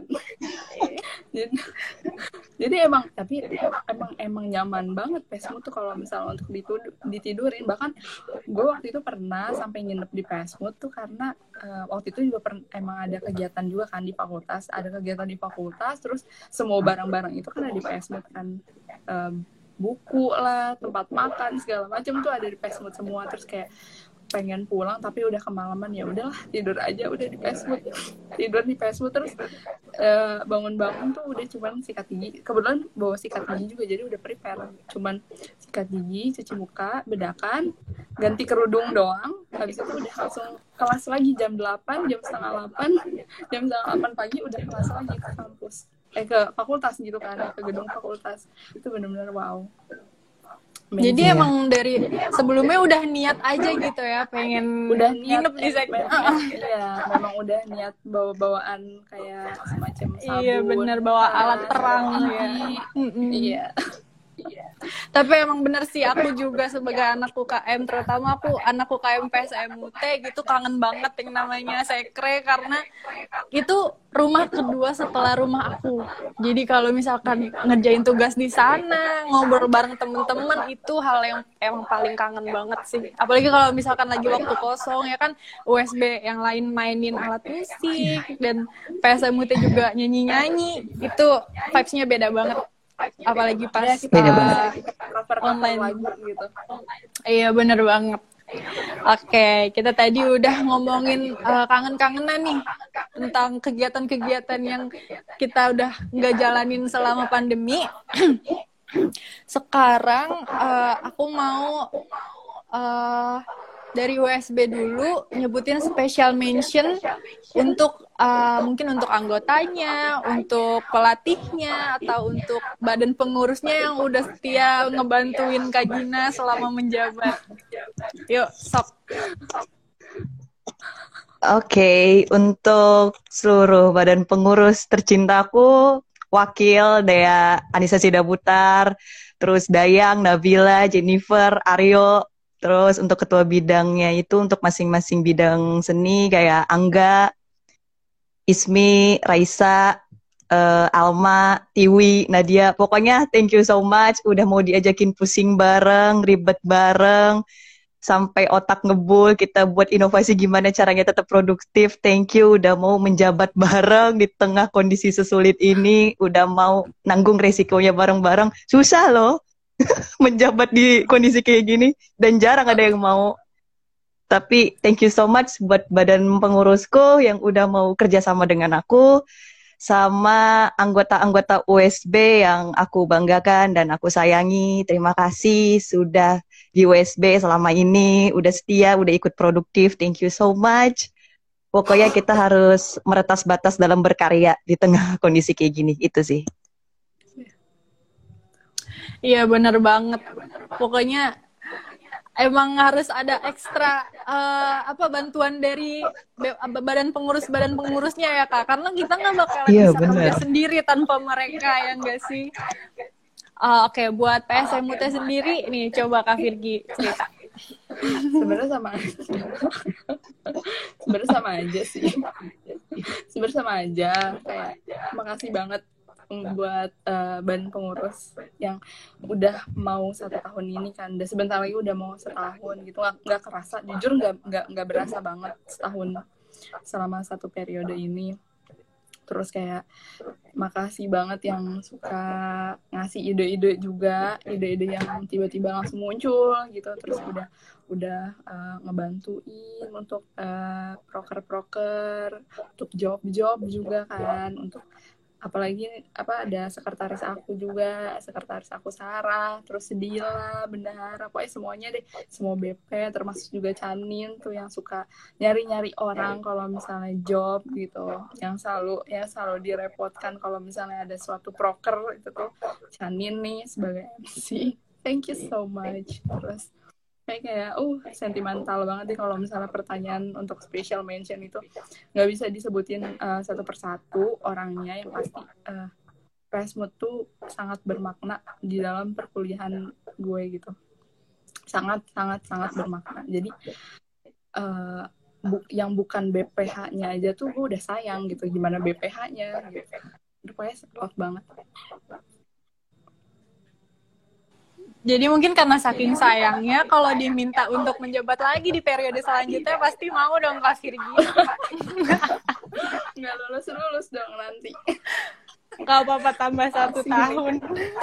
jadi, jadi emang tapi emang emang nyaman banget Pesmut tuh kalau misalnya untuk ditudur, ditidurin. Bahkan gue waktu itu pernah sampai nginep di Pesmut tuh karena uh, waktu itu juga per, emang ada kegiatan juga kan di fakultas, ada kegiatan di fakultas, terus semua barang-barang itu kan ada di Pesmut kan, uh, buku lah, tempat makan segala macam tuh ada di Pesmut semua. Terus kayak pengen pulang tapi udah kemalaman, ya udahlah tidur aja udah di Pesmut, tidur di Pesmut. Terus uh, bangun-bangun tuh udah cuman sikat gigi, kebetulan bawa sikat gigi juga jadi udah prepare, cuman sikat gigi, cuci muka, bedakan, ganti kerudung doang, habis itu udah langsung kelas lagi jam delapan, jam setengah delapan, jam setengah delapan pagi udah kelas lagi ke kampus, eh ke fakultas gitu kan, ke gedung fakultas. Itu benar-benar wow. Jadi Iya. emang dari sebelumnya udah niat aja gitu ya, pengen udah niat nginep di sekre. Iya, memang udah niat bawa-bawaan kayak semacam sabun. Iya bener, bawa alat terang ya. Iya. Tapi emang bener sih, aku juga sebagai anak U K M, terutama aku anak U K M P S M U T gitu, kangen banget yang namanya sekre, karena itu rumah kedua setelah rumah aku. Jadi kalau misalkan ngerjain tugas di sana, ngobrol bareng temen-temen, itu hal yang emang paling kangen banget sih. Apalagi kalau misalkan lagi waktu kosong ya kan, U S B yang lain mainin alat musik, dan P S M U T juga nyanyi-nyanyi, itu vibes-nya beda banget. Apalagi pas Ya, kita uh, cover online lagu gitu. Iya bener banget. Oke, kita tadi udah ngomongin uh, kangen-kangenan nih tentang kegiatan-kegiatan yang kita udah nggak jalanin selama pandemi. Sekarang uh, aku mau uh, dari U S B dulu nyebutin special mention untuk uh, mungkin untuk anggotanya, untuk pelatihnya, atau untuk badan pengurusnya yang udah setia ngebantuin Kak Gina selama menjabat. Yuk, sok. Oke, okay, untuk seluruh badan pengurus tercintaku, wakil Dea Anissa Sidaputar, terus Dayang, Nabila, Jennifer, Aryo. Terus untuk ketua bidangnya itu untuk masing-masing bidang seni kayak Angga, Ismi, Raisa, uh, Alma, Tiwi, Nadia. Pokoknya thank you so much udah mau diajakin pusing bareng, ribet bareng, sampai otak ngebul kita buat inovasi gimana caranya tetap produktif. Thank you udah mau menjabat bareng di tengah kondisi sesulit ini, udah mau nanggung resikonya bareng-bareng. Susah loh. Menjabat di kondisi kayak gini dan jarang ada yang mau. Tapi thank you so much buat badan pengurusku yang udah mau kerja sama dengan aku, sama anggota-anggota U S B yang aku banggakan dan aku sayangi. Terima kasih sudah di U S B selama ini, udah setia, udah ikut produktif. Thank you so much. Pokoknya kita harus meretas batas dalam berkarya di tengah kondisi kayak gini. Itu sih. Iya benar banget. Pokoknya emang harus ada ekstra uh, apa bantuan dari be- badan pengurus badan pengurusnya ya Kak. Karena kita nggak bakalan iya, bisa bener. kerja sendiri tanpa mereka, ya nggak sih? Uh, Oke, okay, buat P S M U T sendiri nih, coba Kak Virgi cerita. Sebenarnya sama sebenarnya sama aja sih. Sebenarnya sama aja. Kayak makasih banget buat uh, badan pengurus yang udah mau satu tahun ini kan, udah sebentar lagi udah mau setahun gitu, nggak nggak kerasa, jujur nggak nggak nggak berasa banget setahun selama satu periode ini. Terus kayak makasih banget yang suka ngasih ide-ide juga, ide-ide yang tiba-tiba langsung muncul gitu. Terus udah udah uh, ngebantuin untuk uh, proker-proker, untuk job-job juga kan, untuk apalagi apa ada sekretaris aku juga, sekretaris aku Sarah, terus Dila, Bendahara, pokoknya semuanya deh, semua B P, termasuk juga Canin tuh yang suka nyari-nyari orang kalau misalnya job gitu, yang selalu ya selalu direpotkan kalau misalnya ada suatu proker itu tuh Canin nih sebagai M C. Thank you so much. Terus kayak kayak uh sentimental banget nih kalau misalnya pertanyaan untuk special mention itu nggak bisa disebutin uh, satu persatu orangnya, yang pasti uh, Presmood tuh sangat bermakna di dalam perkuliahan gue gitu, sangat sangat sangat bermakna. Jadi uh, bu- yang bukan B P H-nya aja tuh gue udah sayang gitu, gimana B P H-nya gitu, itu pokoknya love banget. Jadi mungkin karena saking sayangnya, kalau diminta untuk menjabat lagi di periode selanjutnya, pasti mau dong Kak Virgi. Nggak lulus-lulus dong nanti. Nggak apa-apa, tambah satu tahun.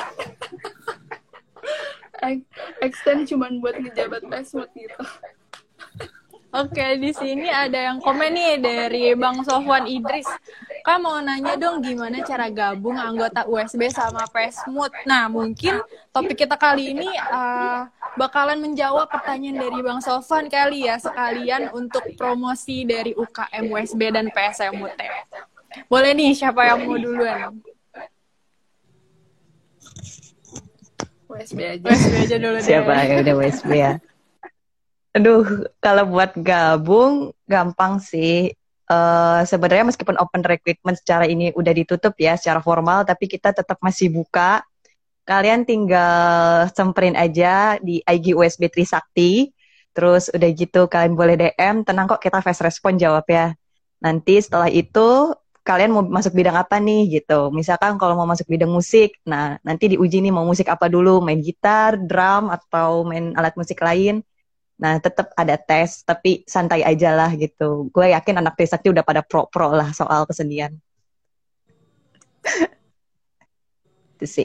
Extend cuman buat ngejabat Presmood gitu. Oke, di sini ada yang komen nih dari Bang Sofwan Idris. Kak mau nanya dong gimana cara gabung anggota U S B sama Presmood. Nah, mungkin topik kita kali ini uh, bakalan menjawab pertanyaan dari Bang Sofwan kali ya, sekalian untuk promosi dari U K M U S B dan P S M U T. Boleh nih, siapa yang mau duluan? U S B aja. U S B aja dulu deh. Siapa yang udah U S B ya? Aduh, kalau buat gabung gampang sih. Uh, sebenarnya meskipun open recruitment secara ini udah ditutup ya secara formal, tapi kita tetap masih buka. Kalian tinggal semperin aja di I G U S B Trisakti. Terus udah gitu kalian boleh D M, tenang kok kita fast respon jawab ya. Nanti setelah itu kalian mau masuk bidang apa nih gitu. Misalkan kalau mau masuk bidang musik, nah nanti diuji nih mau musik apa dulu, main gitar, drum, atau main alat musik lain. Nah, tetap ada tes, tapi santai aja lah gitu. Gue yakin anak Trisakti udah pada pro-pro lah soal kesenian. Itu sih.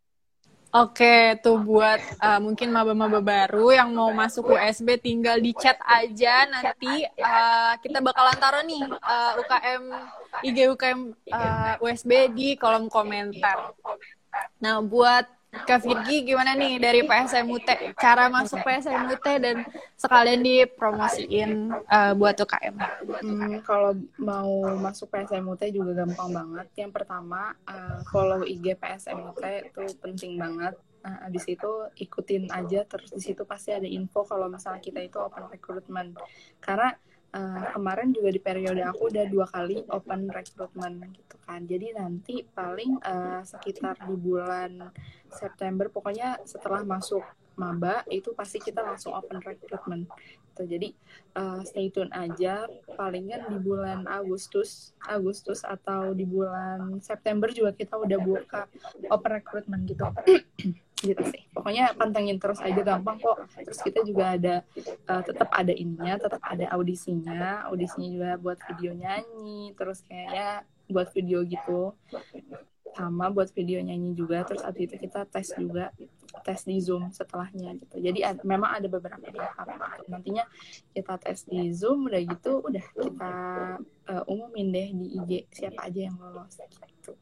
Oke, tuh buat uh, mungkin maba-maba baru yang mau masuk U S B tinggal di chat aja, nanti uh, kita bakalan taruh nih uh, U K M I G U K M uh, U S B di kolom komentar. Nah, buat Kak Virgi gimana nih dari P S M U T? Cara masuk P S M U T dan sekalian dipromosiin uh, buat U K M. Hmm, kalau mau masuk P S M U T juga gampang banget. Yang pertama, uh, follow I G P S M U T itu penting banget. Nah, abis itu ikutin aja, terus di situ pasti ada info kalau misalnya kita itu open recruitment. Karena uh, kemarin juga di periode aku udah dua kali open recruitment gitu kan. Jadi nanti paling uh, sekitar di bulan September, pokoknya setelah masuk maba itu pasti kita langsung open recruitment. Jadi uh, stay tune aja, palingan di bulan Agustus, Agustus atau di bulan September juga kita udah buka open recruitment gitu. Gitu sih. Pokoknya pantengin terus aja, gampang kok. Terus kita juga ada uh, tetap ada ininya, tetap ada audisinya, audisinya juga buat video nyanyi, terus kayaknya buat video gitu. Sama buat video nyanyi juga, terus abis itu kita tes juga, tes di Zoom setelahnya gitu. Jadi ad, memang ada beberapa tahap gitu. Nantinya kita tes di Zoom, udah gitu udah kita uh, umumin deh di I G siapa aja yang lolos gitu.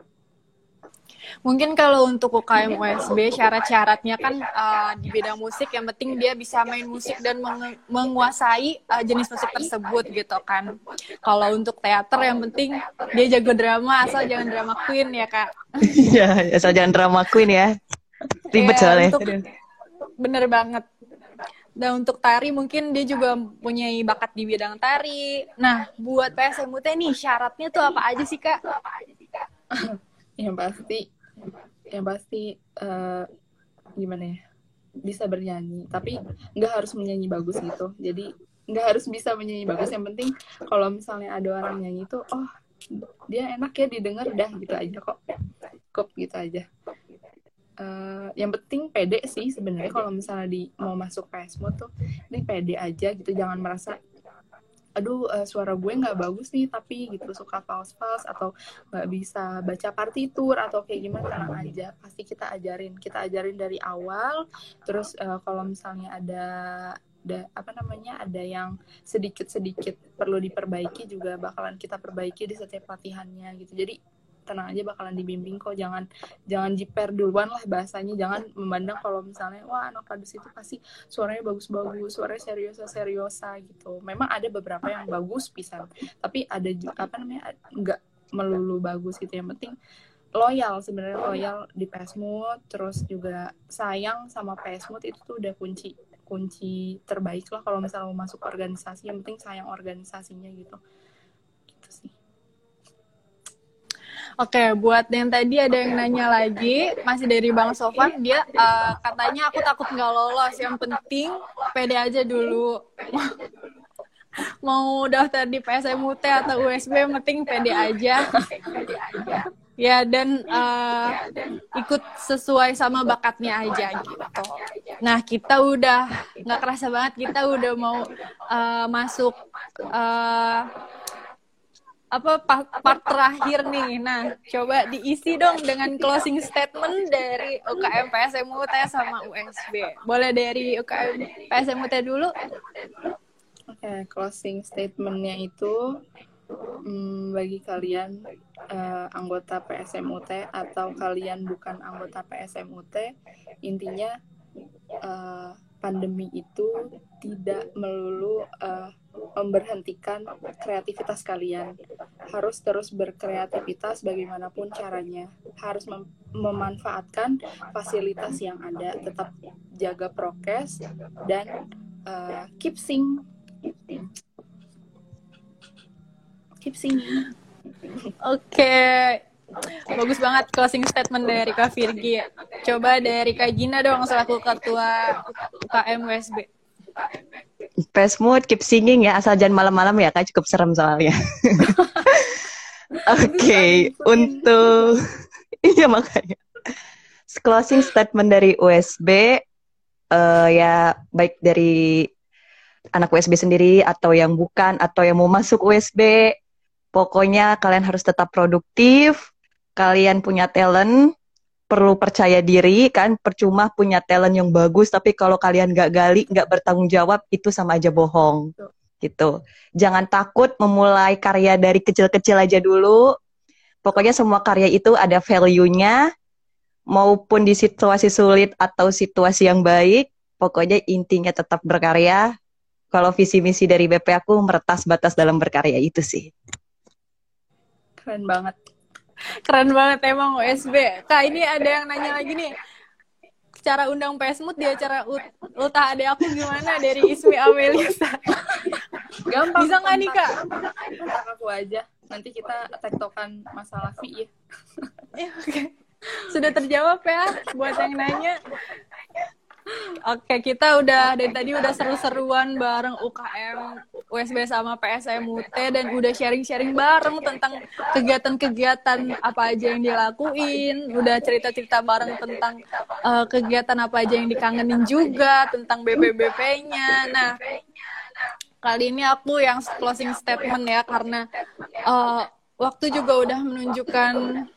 Mungkin kalau untuk U K M U S B syarat-syaratnya kan uh, di bidang musik yang penting dia bisa main musik dan meng- menguasai uh, jenis musik tersebut gitu kan. Kalau untuk teater yang penting dia jago drama, asal jangan drama queen ya Kak. Iya, asal jangan drama queen ya. Ribet Ya, soalnya. untuk, bener banget. Dan untuk tari mungkin dia juga punya bakat di bidang tari. Nah, buat P S M U T nih syaratnya tuh apa aja sih Kak? Yang pasti yang pasti uh, gimana ya, bisa bernyanyi, tapi nggak harus menyanyi bagus gitu. Jadi nggak harus bisa menyanyi bagus, yang penting kalau misalnya ada orang nyanyi itu oh dia enak ya didengar, udah gitu aja kok, cukup gitu aja. Uh, yang penting pede sih sebenarnya kalau misalnya di mau masuk P S M U tuh, ini pede aja gitu, jangan merasa aduh uh, suara gue nggak bagus nih tapi gitu suka fals-fals atau nggak bisa baca partitur atau kayak gimana, tenang aja, pasti kita ajarin kita ajarin dari awal. Terus uh, kalau misalnya ada ada apa namanya ada yang sedikit-sedikit perlu diperbaiki juga bakalan kita perbaiki di setiap latihannya gitu. Jadi tenang aja, bakalan dibimbing kok. Jangan jangan jiper duluan lah bahasanya, jangan memandang kalau misalnya wah anak padus itu pasti suaranya bagus-bagus, suaranya seriosa-seriosa gitu. Memang ada beberapa yang bagus pisan, tapi ada juga apa namanya nggak melulu bagus gitu. Yang penting loyal, sebenarnya loyal di Pesmut, terus juga sayang sama Pesmut, itu tuh udah kunci kunci terbaik lah kalau misalnya mau masuk organisasi. Yang penting sayang organisasinya gitu gitu sih. Oke, buat yang tadi ada yang nanya lagi, masih dari Bang Sofan, dia uh, katanya aku takut nggak lolos, yang penting pede aja dulu. Mau daftar di P S M U T atau U S B, yang penting pede aja. Ya, dan uh, ikut sesuai sama bakatnya aja gitu. Nah, kita udah nggak kerasa banget, kita udah mau uh, masuk uh, apa part, part terakhir nih. Nah, coba diisi dong dengan closing statement dari U K M P S M U T sama U S B. Boleh dari U K M P S M U T dulu? Oke, okay, closing statementnya itu hmm, bagi kalian uh, anggota P S M U T atau kalian bukan anggota P S M U T, intinya uh, pandemi itu tidak melulu uh, memberhentikan kreativitas kalian. Harus terus berkreativitas bagaimanapun caranya. Harus mem- memanfaatkan fasilitas yang ada. Tetap jaga prokes dan uh, keep sing. Keep singing. Oke. Okay. Bagus banget closing statement dari Kak Virgi. Coba dari Kak Gina dong selaku ketua U K M U S B. Pesmut keep singing ya, asal jangan malam-malam ya Kak, cukup serem soalnya. Oke, okay, untuk iya makanya closing statement dari U S B uh, ya baik dari anak U S B sendiri atau yang bukan atau yang mau masuk U S B, pokoknya kalian harus tetap produktif, kalian punya talent, perlu percaya diri kan, percuma punya talent yang bagus tapi kalau kalian nggak gali, nggak bertanggung jawab, itu sama aja bohong gitu. Jangan takut memulai karya dari kecil-kecil aja dulu, pokoknya semua karya itu ada value-nya, maupun di situasi sulit atau situasi yang baik, pokoknya intinya tetap berkarya. Kalau visi misi dari B P aku meretas batas dalam berkarya, itu sih. Keren banget. Keren banget emang U S B. Kak, ini ada yang nanya lagi nih. Cara undang Pesmut di acara ut- ultah adek aku gimana dari Ismi Amelisa? Gampang. Bisa nggak nih Kak? Kontak aku aja. Nanti kita tektokan masalah fee ya. Ya, oke. Okay. Sudah terjawab ya buat yang nanya. Oke, kita udah dari tadi udah seru-seruan bareng U K M, U S B sama P S M U T, dan udah sharing-sharing bareng tentang kegiatan-kegiatan apa aja yang dilakuin, udah cerita-cerita bareng tentang uh, kegiatan apa aja yang dikangenin juga, tentang B P B P-nya. Nah, kali ini aku yang closing statement ya, karena uh, waktu juga udah menunjukkan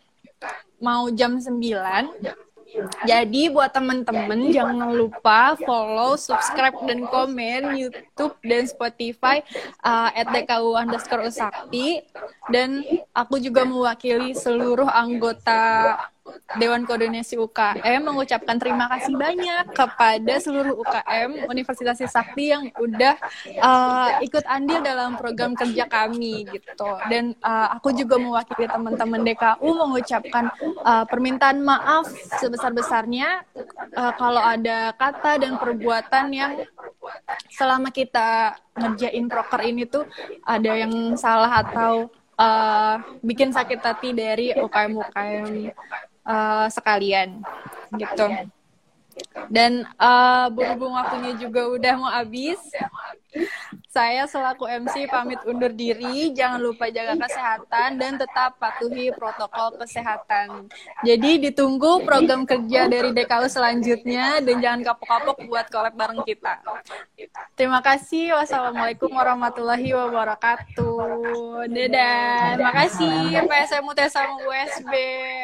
mau jam sembilan. Jadi buat temen-temen jangan lupa follow, subscribe, dan komen YouTube dan Spotify uh, at D K U underscore Usakti. Dan aku juga mewakili seluruh anggota Dewan Koordinasi U K M mengucapkan terima kasih banyak kepada seluruh U K M Universitas Trisakti yang udah uh, ikut andil dalam program kerja kami gitu. Dan uh, aku juga mewakili teman-teman D K U mengucapkan uh, permintaan maaf sebesar-besarnya uh, kalau ada kata dan perbuatan yang selama kita ngerjain proker ini tuh ada yang salah atau uh, bikin sakit hati dari U K M U K M Uh, sekalian gitu. Dan uh, berhubung waktunya juga udah mau habis, saya selaku M C pamit undur diri. Jangan lupa jaga kesehatan dan tetap patuhi protokol kesehatan. Jadi ditunggu program kerja dari D K U selanjutnya dan jangan kapok-kapok buat collab bareng kita. Terima kasih. Wassalamualaikum warahmatullahi wabarakatuh. Dadah. Terima kasih P S M U T sama U S B.